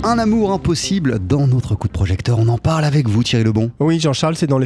Un amour impossible dans notre coup de projecteur. On en parle avec vous, Thierry Lebon. Oui, Jean-Charles, c'est dans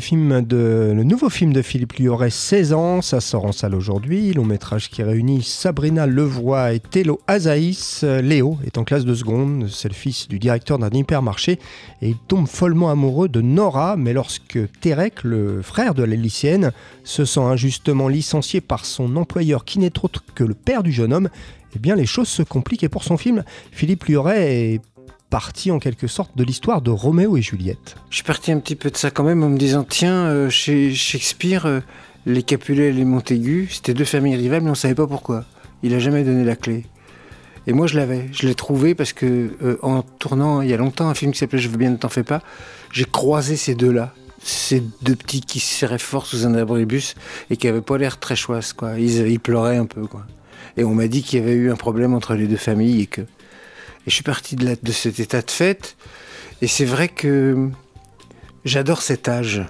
le nouveau film de Philippe Liorès, 16 ans. Ça sort en salle aujourd'hui. Long métrage qui réunit Sabrina Levoy et Thélo Azaïs. Léo est en classe de seconde. C'est le fils du directeur d'un hypermarché. Et il tombe follement amoureux de Nora. Mais lorsque Terek, le frère de la lycéenne, se sent injustement licencié par son employeur qui n'est autre que le père du jeune homme, eh bien les choses se compliquent. Et pour son film, Philippe Liorès est partie en quelque sorte de l'histoire de Roméo et Juliette. Je suis parti un petit peu de ça quand même en me disant tiens, chez Shakespeare, les Capulet et les Montaigu, c'était deux familles rivales mais on ne savait pas pourquoi. Il n'a jamais donné la clé. Et moi je l'ai trouvé parce que en tournant il y a longtemps un film qui s'appelait Je veux bien ne t'en fais pas, j'ai croisé ces deux-là. Ces deux petits qui se serraient fort sous un abribus et qui n'avaient pas l'air très chouasses, quoi. Ils pleuraient un peu, quoi. Et on m'a dit qu'il y avait eu un problème entre les deux familles et je suis parti de cet état de fait. Et c'est vrai que j'adore cet âge.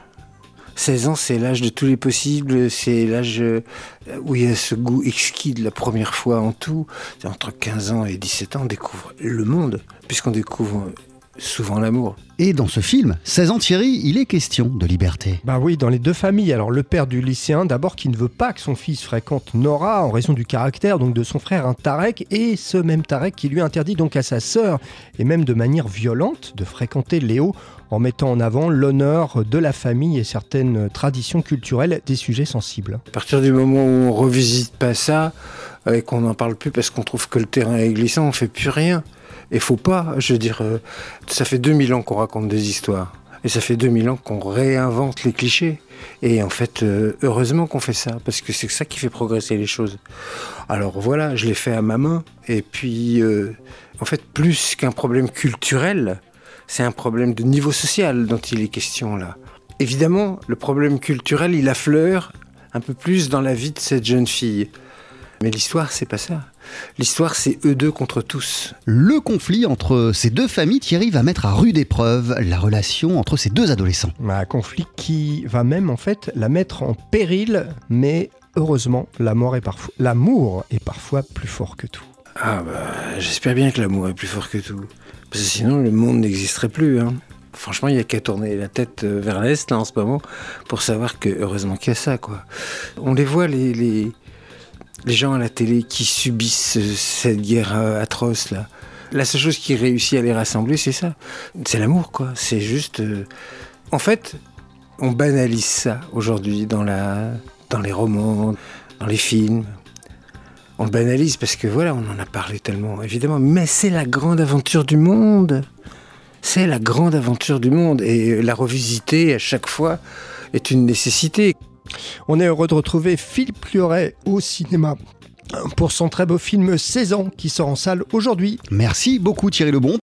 16 ans, c'est l'âge de tous les possibles. C'est l'âge où il y a ce goût exquis de la première fois en tout. Entre 15 ans et 17 ans, on découvre le monde, puisqu'on découvre souvent l'amour. Et dans ce film, 16 ans Thierry, il est question de liberté. Bah oui, dans les deux familles. Alors le père du lycéen, d'abord, qui ne veut pas que son fils fréquente Nora en raison du caractère donc de son frère, un Tarek, et ce même Tarek qui lui interdit donc à sa sœur, et même de manière violente, de fréquenter Léo, en mettant en avant l'honneur de la famille et certaines traditions culturelles, des sujets sensibles. À partir du moment où on revisite pas ça, et qu'on n'en parle plus parce qu'on trouve que le terrain est glissant, on fait plus rien. Et faut pas, je veux dire, ça fait 2000 ans qu'on raconte des histoires. Et ça fait 2000 ans qu'on réinvente les clichés. Et en fait, heureusement qu'on fait ça, parce que c'est ça qui fait progresser les choses. Alors voilà, je l'ai fait à ma main. Et puis, en fait, plus qu'un problème culturel, c'est un problème de niveau social dont il est question là. Évidemment, le problème culturel, il affleure un peu plus dans la vie de cette jeune fille. Mais l'histoire, c'est pas ça. L'histoire, c'est eux deux contre tous. Le conflit entre ces deux familles, Thierry, va mettre à rude épreuve la relation entre ces deux adolescents. Un conflit qui va même en fait la mettre en péril, mais heureusement, l'amour est parfois plus fort que tout. Ah j'espère bien que l'amour est plus fort que tout. Parce que sinon, le monde n'existerait plus, hein. Franchement, il n'y a qu'à tourner la tête vers l'Est, là, en ce moment, pour savoir que, heureusement qu'il y a ça, quoi. On les voit, les gens à la télé qui subissent cette guerre atroce là. La seule chose qui réussit à les rassembler, c'est ça. C'est l'amour, quoi. C'est juste... En fait, on banalise ça aujourd'hui dans les romans, dans les films. On le banalise parce que voilà, on en a parlé tellement, évidemment. Mais c'est la grande aventure du monde. C'est la grande aventure du monde. Et la revisiter à chaque fois est une nécessité. On est heureux de retrouver Philippe Liorès au cinéma pour son très beau film 16 ans qui sort en salle aujourd'hui. Merci beaucoup Thierry Lebon.